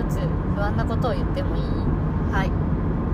一つ不安なことを言ってもいい？ はい。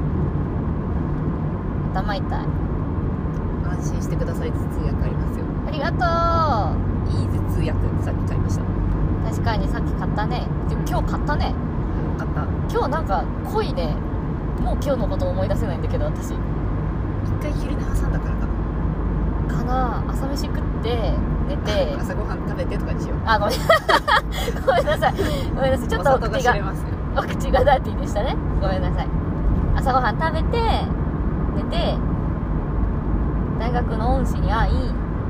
頭痛い。 安心してください。頭痛薬ありますよ。 ありがとう。 いい頭痛薬さっき買いました。 確かにさっき買ったね。でも今日買ったね。 買った。 今日なんか濃いね。もう今日のこと思い出せないんだけど、私一回昼寝挟んだからかな。 朝飯食って寝て朝ごはん食べてとかにしよう。 あ、ごめんごめんなさいごめんなさい、ちょっとお口がダーティーでしたね。ごめんなさい。朝ごはん食べて寝て、大学の恩師に会い、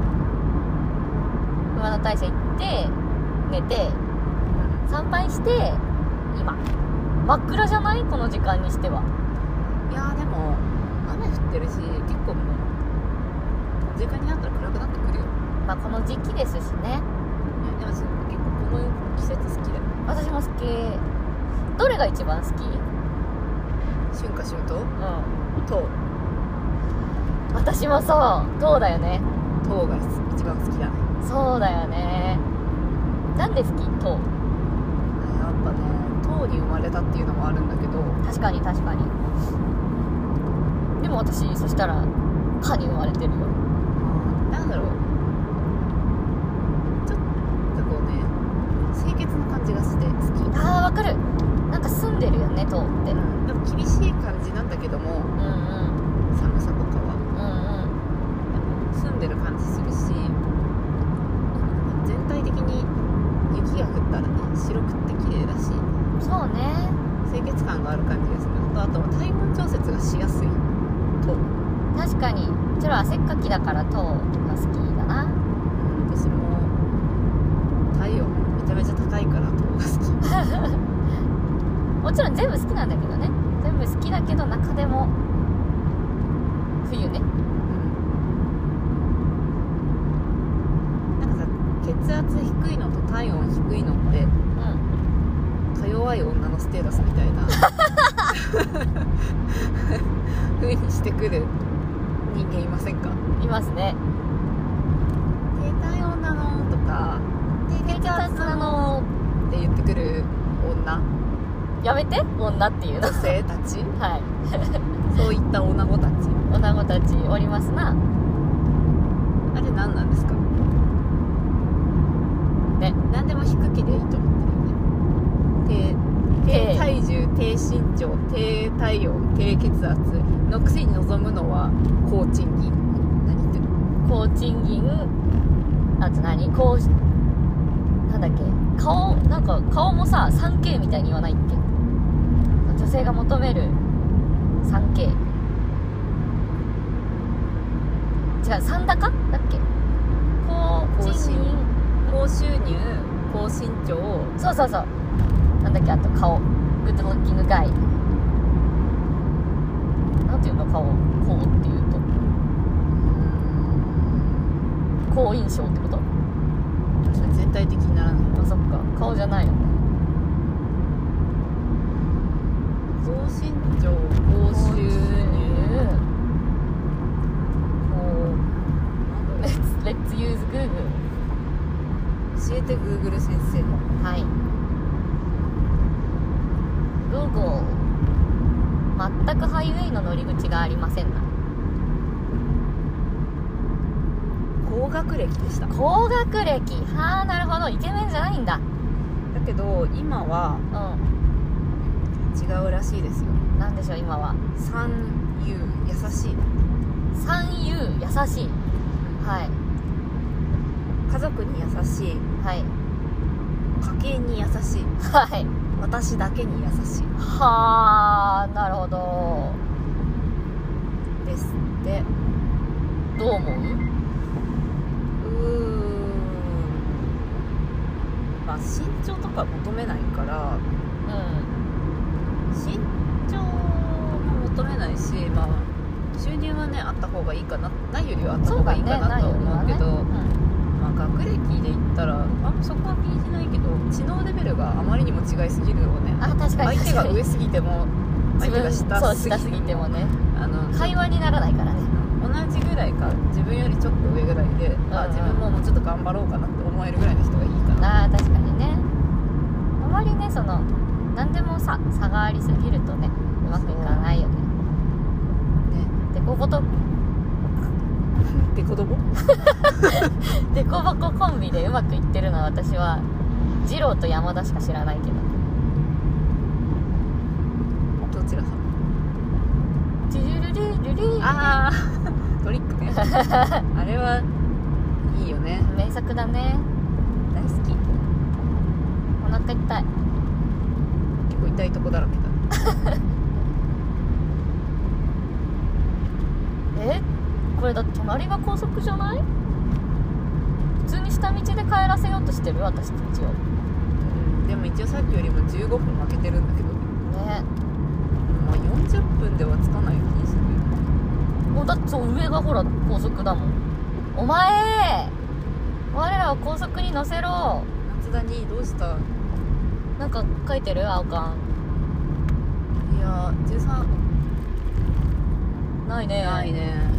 熊野大社行って寝て、参拝して、今真っ暗じゃない？この時間にしては。 いやーでも雨降ってるし、結構もう時間になったら暗くなってくるよ。 まあこの時期ですしね。 でも結構この季節好きだよ。 私も好き。どれが一番好き？ 春夏秋冬？冬。 私もそう、冬だよね。 冬が一番好きだね。 そうだよね。なんで好き？冬。 やっぱね、冬に生まれたっていうのもあるんだけど。 確かに確かに。でも私そしたら蚊に生まれてるよ。 なんだろう、ちょっとこうね、清潔な感じがして好き。 あー、わかる。なんか澄んでるよね、冬って。 でも厳しい感じなんだけども、寒さとかはでも澄んでる感じするし、全体的に雪が降ったらね、白くって綺麗だし、 そうね、 清潔感がある感じがするのと、あとは体温調節がしやすいと。 確かに。うちら汗っかきだから冬が好きだな。 私も体温めちゃめちゃ高いから冬が好きもちろん全部好きなんだけどね。全部好きだけど中でも冬ね。 なんかさ、血圧低いのと体温低いのってか弱い女のステータスみたいな風にしてくる人間いませんか？ いますね。 低体温なのとか低血圧なのって言ってくる女、 やめて、女っていうの。 女性たちはいそういった女子たち、 女子たちおりますな。 あれ何なんですかね。何でも低気でいいと思ってるよね。低体重、低身長、低体温、低血圧のくせに望むのは高賃金。何言ってる？ 高賃金。あと何？なんだっけ、なんか顔もさ 3K みたいに言わないっけ？女性が求める 3K 違う、3高だっけ？高収入、高身長。 そうそうそう、なんだっけ、あと顔、グッドロッキングガイ、なんていうの、顔っていうと好印象ってこと？ 全体的にならない。 あ、そっか、顔じゃないよね。 高身長、高収入、 Let's use Google。 教えて Google 先生。 はい、Google。 全くハイウェイの乗り口がありませんな。 高学歴でした。 高学歴。はあ、なるほど、イケメンじゃないんだ。 だけど今は違うらしいですよ。 なんでしょう、今は。 三優、優しい。 三優、優しい。はい。 家族に優しい。 はい。 家計に優しい。 はい。 私だけに優しい。 はあ、なるほど。 ですって。 どう思う？ まあ身長とか求めないから、身長も求めないし、まあ収入はねあった方がいいかな、ないよりはあった方がいいかなと思うけど、まあ学歴で言ったらそこは気にしないけど、知能レベルがあまりにも違いすぎるのをね、 あ、確かに相手が上すぎても相手が下すぎてもね、会話にならないからね。 同じぐらいか自分よりちょっと上ぐらいで、自分ももうちょっと頑張ろうかなって思えるぐらいの人がいいかな。 あ、確かにね。あまりりね何でもさ差がありすぎるとねうまくいかないよね。でこぼこでこぼこコンビでうまくいってるのは私は二郎と山田しか知らないけど。 どちらさん？ チュルルルルルあートリックねあれはいいよね。 名作だね。 大好き。 お腹痛い。 結構痛いとこだらけだこれだって隣が高速じゃない？普通に下道で帰らせようとしてる私たちを。 でも一応さっきよりも15分負けてるんだけどね。 まあ40分ではつかない気にする。 もうだって上がほら高速だもん。お前我らを高速に乗せろ。 松田にどうした？ なんか書いてる？青缶。 いや13 ないね。 ないね。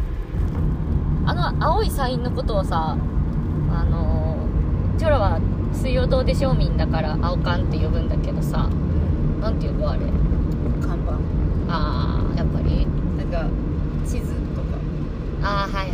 青いサインのことをさ、チョロは水曜どうでしょう民だから青缶って呼ぶんだけどさ、なんて呼ぶあれ？ 看板。 あーやっぱりなんか地図とか。 あーはいはいはい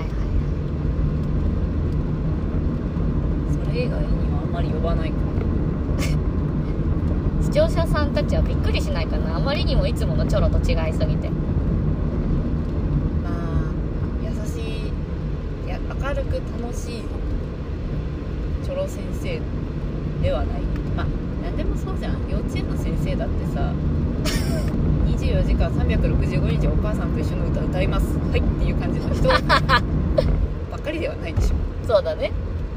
それ以外にはあんまり呼ばないかも。 視聴者さんたちはびっくりしないかな。あまりにもいつものチョロと違いすぎて。 まあ優しい、明るく楽しいチョロ先生ではない。まあ何でもそうじゃん。幼稚園の先生だってさ24時間365日お母さんと一緒の歌歌いますはいっていう感じの人ばっかりではないでしょ。 そうだね。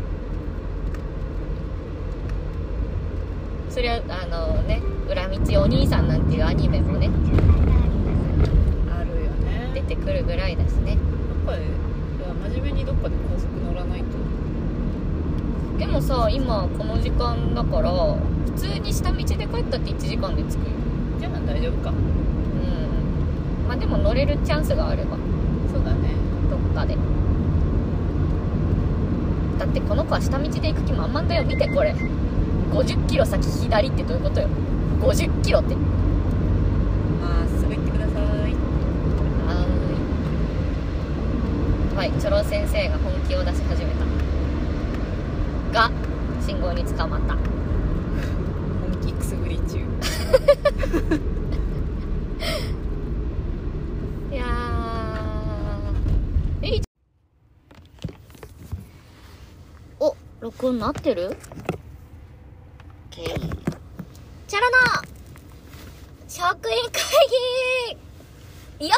そりゃね、裏道お兄さんなんていうアニメもねあるよね。 出てくるぐらいだしね。 どっかで真面目にどっかで高速乗らないと。 でもさ今この時間だから普通に下道で帰ったって1時間で着くよ。 じゃあ大丈夫か。 まあでも乗れるチャンスがあればそうだね。 どっかで。だってこの子は下道で行く気満々だよ。見てこれ50キロ先左ってどういうことよ。50キロってまっすぐ行ってください。 はい、チョロ先生が本気を出し始めたが信号に捕まった。 本気くすぐり中いやーエリお、録音なってる？チャロの職員会議よ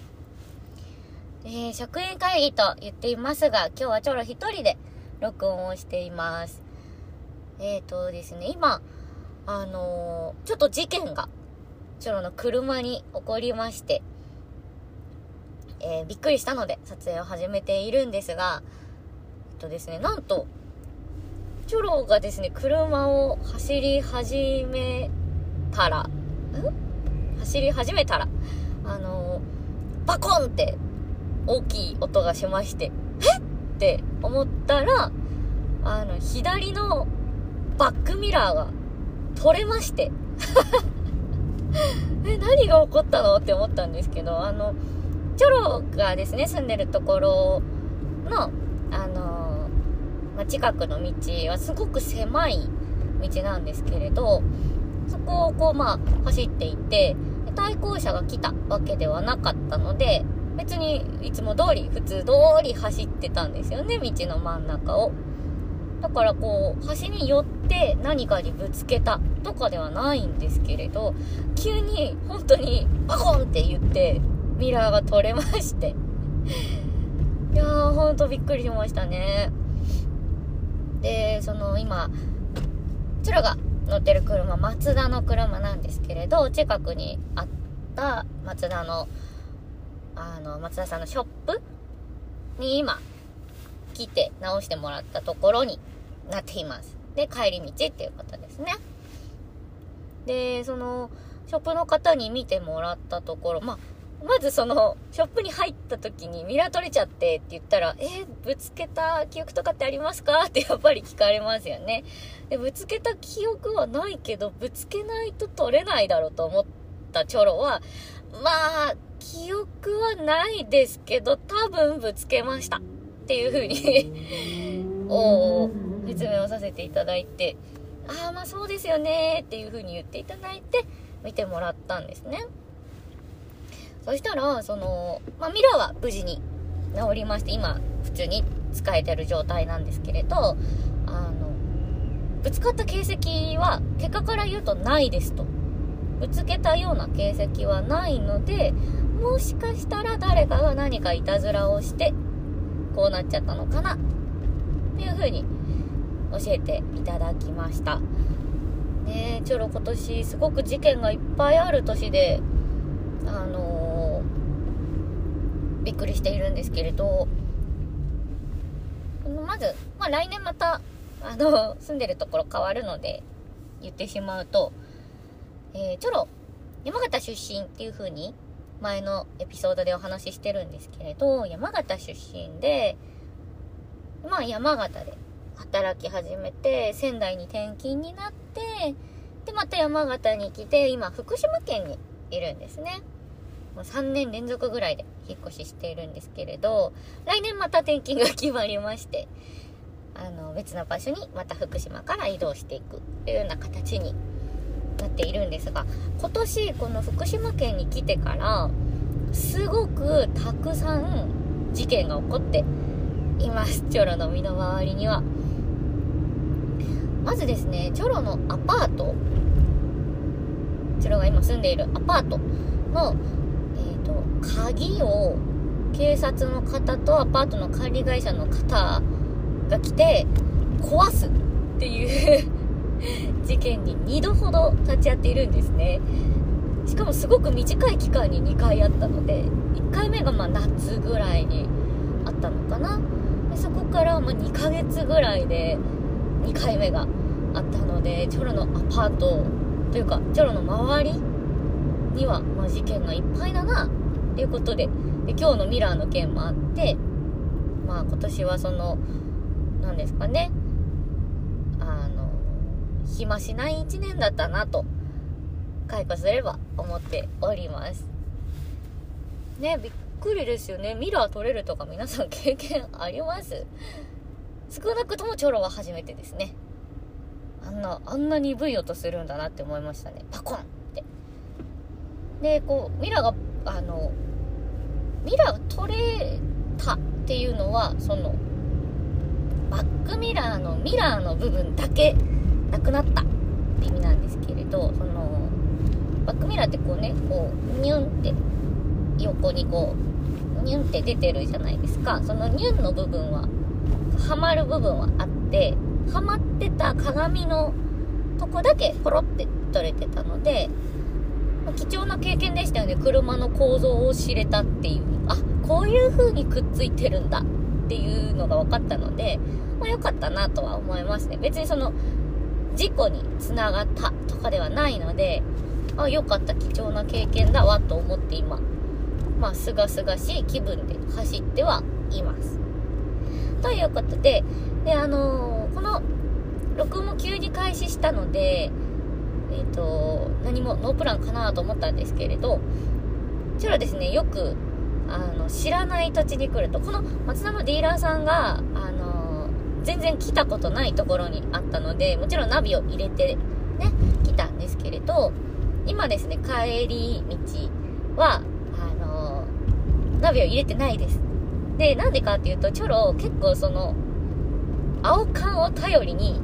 っ、職員会議と言っていますが今日はチョロ一人で録音をしています。ですね今ちょっと事件がチョロの車に起こりまして、びっくりしたので撮影を始めているんですが、ですねなんとチョロがですね車を走り始めたらバコンって大きい音がしまして、えっって思ったら左のバックミラーが取れまして何が起こったのって思ったんですけど、チョロがですね住んでるところの近くの道はすごく狭い道なんですけれど、そこを走っていて対向車が来たわけではなかったので別にいつも通り普通通り走ってたんですよね、道の真ん中を。だから端に寄って何かにぶつけたとかではないんですけれど、急に本当にバコンって言ってミラーが取れましていやーほんとびっくりしましたね。で今チョロが乗ってる車マツダの車なんですけれど、近くにあったマツダの松田さんのショップに今来て直してもらったところになっています。で帰り道っていうことですね。でショップの方に見てもらったところ、 まずそのショップに入った時にミラー取れちゃってって言ったら、ぶつけた記憶とかってありますかってやっぱり聞かれますよね。で、ぶつけた記憶はないけど、ぶつけないと取れないだろうと思ったチョロは、まあ記憶はないですけど多分ぶつけましたっていう風に説明をさせていただいて、まあそうですよねっていう風に言っていただいて見てもらったんですね。そしたらミラーは無事に治りまして、今普通に使えてる状態なんですけれど、ぶつかった形跡は結果から言うとないですと。ぶつけたような形跡はないので、もしかしたら誰かが何かいたずらをしてこうなっちゃったのかなっていう風に教えていただきましたね。チョロ今年すごく事件がいっぱいある年でびっくりしているんですけれど、まず、来年また住んでるところ変わるので言ってしまうと、チョロ山形出身っていう風に前のエピソードでお話ししてるんですけれど、山形出身で山形で働き始めて仙台に転勤になって、でまた山形に来て今福島県にいるんですね。もう3年連続ぐらいで引っ越ししているんですけれど、来年また転勤が決まりまして、別の場所にまた福島から移動していくというような形になっているんですが、今年この福島県に来てからすごくたくさん事件が起こっています。チョロの身の回りには。まずですね、チョロのアパート、チョロが今住んでいるアパートの鍵を警察の方とアパートの管理会社の方が来て壊すっていう事件に2度ほど立ち会っているんですね。しかもすごく短い期間に2回あったので、1回目が夏ぐらいにあったのかな。でそこから2ヶ月ぐらいで2回目があったので、チョロのアパートというかチョロの周りには事件がいっぱいだなということで、今日のミラーの件もあって、今年はなんですかね、暇しない1年だったなと開花すれば思っておりますね。びっくりですよね。ミラー取れるとか皆さん経験あります？少なくともチョロは初めてですね。あんな鈍い音するんだなって思いましたね。パコンって。でミラーが取れたっていうのはバックミラーのミラーの部分だけなくなったって意味なんですけれど、バックミラーってニュンって横にニュンって出てるじゃないですか。そのニュンの部分ははまる部分はあって、はまってた鏡のとこだけポロって取れてたので、貴重な経験でしたよね。車の構造を知れたっていう、こういう風にくっついてるんだっていうのが分かったので、良かったなとは思いますね。別に事故につながったとかではないので、良かった、貴重な経験だわと思って今すがすがしい気分で走ってはいますということで、この録音も急に開始したので何もノープランかなと思ったんですけれど、チョロですね、よく知らない土地に来ると、このマツダのディーラーさんが全然来たことないところにあったので、もちろんナビを入れてね来たんですけれど、今ですね帰り道はナビを入れてないです。でなんでかっていうと、チョロ結構青缶を頼りに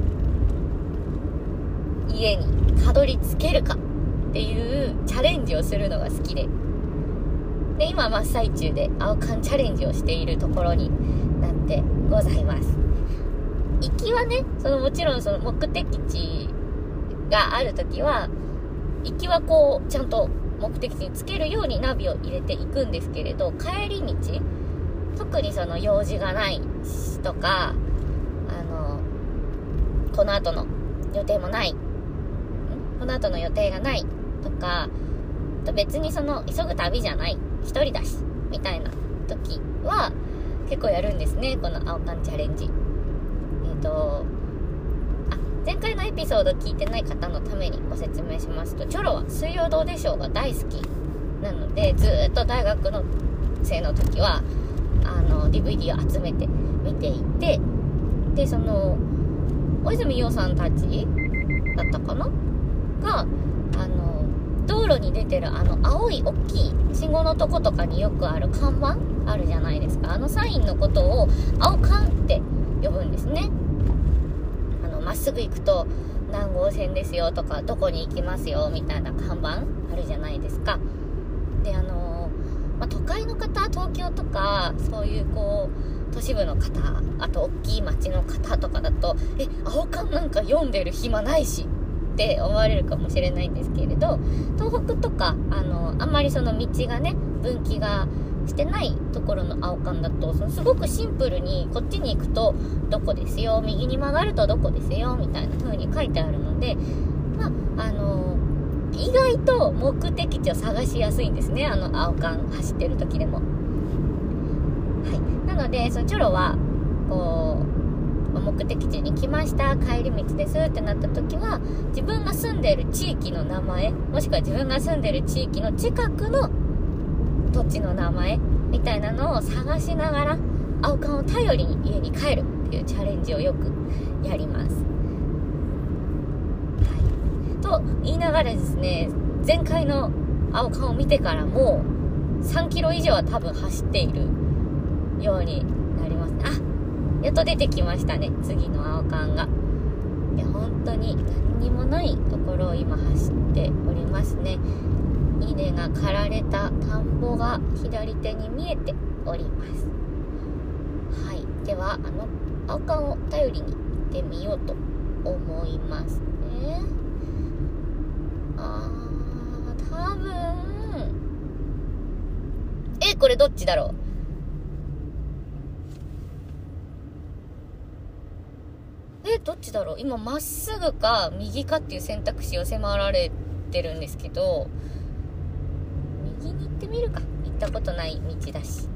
家にたどり着けるかっていうチャレンジをするのが好きで、今真っ最中で青缶チャレンジをしているところになってございます。行きはね、もちろん目的地があるときは、行きはちゃんと目的地に着けるようにナビを入れていくんですけれど、帰り道、特に用事がないとか、この後の予定もない、この後の予定がないとか、別に急ぐ旅じゃない一人だしみたいな時は結構やるんですね、この青缶チャレンジ。前回のエピソード聞いてない方のためにご説明しますと、チョロは水曜どうでしょうが大好きなので、ずっと大学の生の時はDVD を集めて見ていて、でその大泉洋さんたちだったかなが道路に出てる青い大きい信号のとことかによくある看板あるじゃないですか。サインのことを青缶って呼ぶんですね。まっすぐ行くと何号線ですよとか、どこに行きますよみたいな看板あるじゃないですか。で都会の方、東京とかそういう都市部の方、あと大きい町の方とかだと青缶なんか読んでる暇ないしって思われるかもしれないんですけれど、東北とかあんまりその道がね分岐がしてないところの青缶だとすごくシンプルにこっちに行くとどこですよ、右に曲がるとどこですよみたいな風に書いてあるので、意外と目的地を探しやすいんですね、青缶走ってる時でも。はい、なのでチョロは目的地に来ました、帰り道ですってなった時は、自分が住んでる地域の名前、もしくは自分が住んでる地域の近くの土地の名前みたいなのを探しながら青缶を頼りに家に帰るっていうチャレンジをよくやります。はい、と言いながらですね、前回の青缶を見てからもう3キロ以上は多分走っているようになりますね。やっと出てきましたね、次の青缶が。いや本当に何にもないところを今走っておりますね。稲が刈られた田んぼが左手に見えております。はい、では青缶を頼りに行ってみようと思いますね。多分これどっちだろう。どっちだろう。今まっすぐか右かっていう選択肢を迫られてるんですけど、右に行ってみるか。行ったことない道だし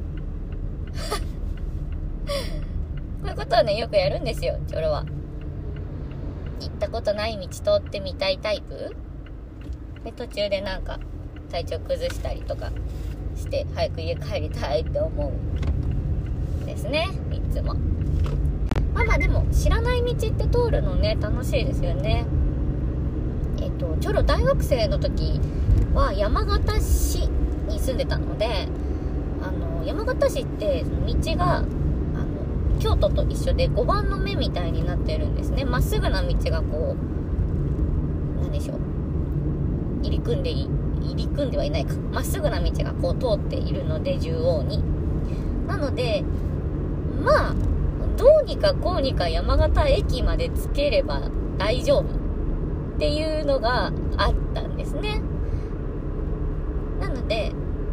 こういうことをねよくやるんですよ、チョロは。行ったことない道通ってみたいタイプで、途中でなんか体調崩したりとかして早く家帰りたいって思うんですね、いつも。でも知らない道って通るのね楽しいですよね。チョロ大学生の時は山形市に住んでたので、山形市って道が京都と一緒で5番の目みたいになってるんですね。まっすぐな道がなんでしょう、入り組んではいないか、まっすぐな道が通っているので、縦横に。なのでどうにかこうにか山形駅まで着ければ大丈夫っていうのがあったんですね。なので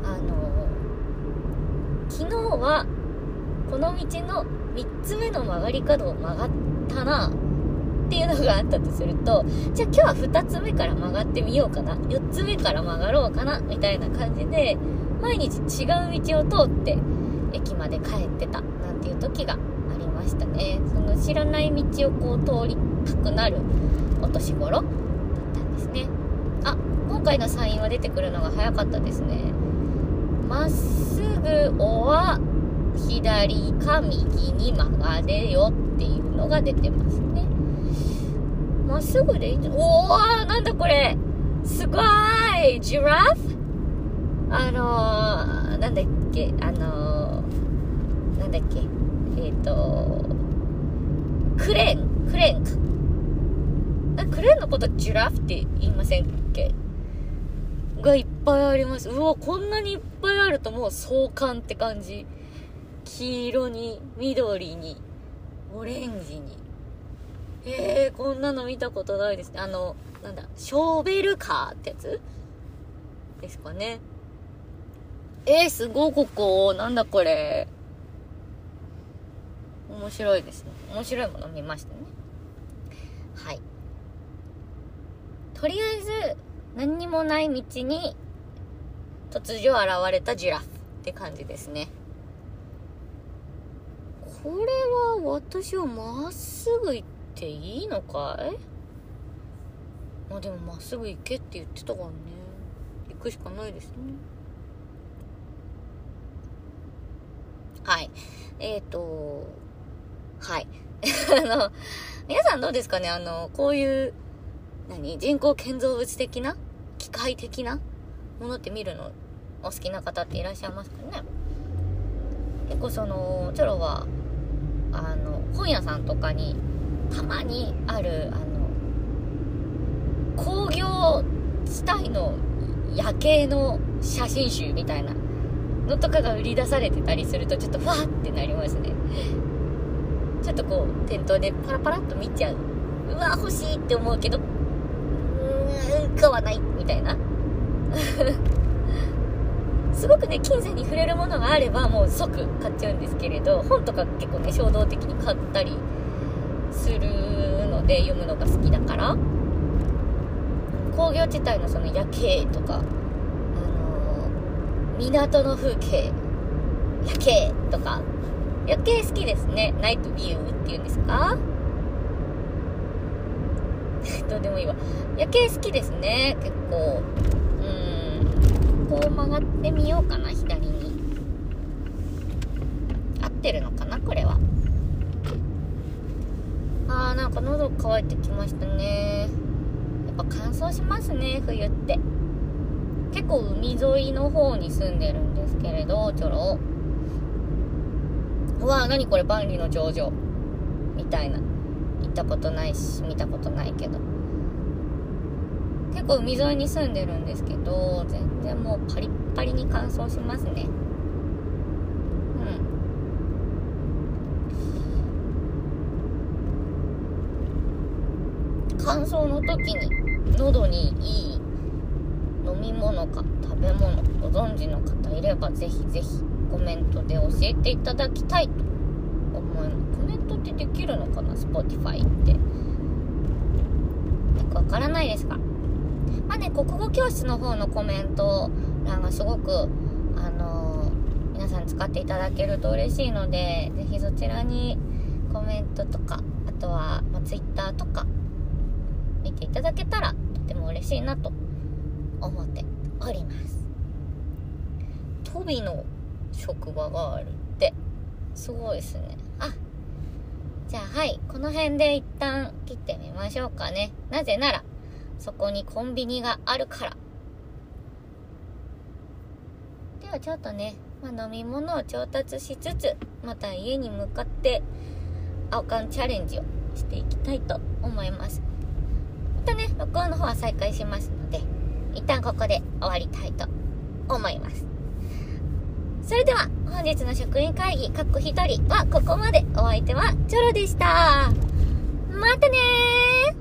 昨日はこの道の3つ目の曲がり角を曲がったなっていうのがあったとすると、じゃあ今日は2つ目から曲がってみようかな、4つ目から曲がろうかなみたいな感じで毎日違う道を通って駅まで帰ってたなんていう時がありましたね。その知らない道を通りたくなるお年頃だったんですね。今回のサインは出てくるのが早かったですね。まっすぐは左か右に曲がれよっていうのが出てますね。まっすぐでいいんじゃない？なんだこれ、すごいジラフ？なんだっけクレーンか。クレーンのことジラフって言いませんっけ？がいっぱいあります。こんなにいっぱいあるともう壮観って感じ。黄色に緑にオレンジに、こんなの見たことないですね。ショーベルカーってやつですかね。すごい、ここなんだこれ、面白いですね。面白いもの見ましたね。はい、とりあえず何にもない道に突如現れたジラフって感じですね。これは私はまっすぐ行っていいのかい？まあでもまっすぐ行けって言ってたからね、行くしかないですね。はい。はい。皆さんどうですかね、こういう、人工建造物的な機械的なものって見るのお好きな方っていらっしゃいますかね。結構チョロは本屋さんとかにたまにある工業地帯の夜景の写真集みたいなのとかが売り出されてたりすると、ちょっとファーってなりますね。ちょっとこう店頭でパラパラっと見ちゃう。うわ欲しいって思うけど買わないみたいなすごくね、金銭に触れるものがあればもう即買っちゃうんですけれど、本とか結構ね衝動的に買ったりするので、読むのが好きだから。工業地帯のその夜景とか、港の風景、夜景とか、夜景好きですね。ナイトビューっていうんですかどうでもいいわ。夜景好きですね、結構。こう曲がってみようかな、左に。合ってるのかな、これは。なんか喉乾いてきましたね。やっぱ乾燥しますね、冬って。結構海沿いの方に住んでるんですけれど、ちょろ。うわー、何これ、万里の長城みたいな。行ったことないし、見たことないけど。結構海沿いに住んでるんですけど、全然もうパリッパリに乾燥しますね。乾燥の時に喉にいい飲み物か食べ物ご存知の方いれば、ぜひぜひコメントで教えていただきたいと思います。コメントってできるのかな、 Spotify ってよくわからないですが、まあね、国語教室の方のコメント欄がすごく皆さん使っていただけると嬉しいので、ぜひそちらにコメントとか、あとは、Twitter とか見ていただけたらとても嬉しいなと思っております。トビの職場があるってすごいですね。じゃあはい、この辺で一旦切ってみましょうかね。なぜならそこにコンビニがあるから。ではちょっとね、飲み物を調達しつつ、また家に向かって青缶チャレンジをしていきたいと思います。またね、録音の方は再開しますので、一旦ここで終わりたいと思います。それでは本日の職員会議一人はここまで。お相手はチョロでした。またねー。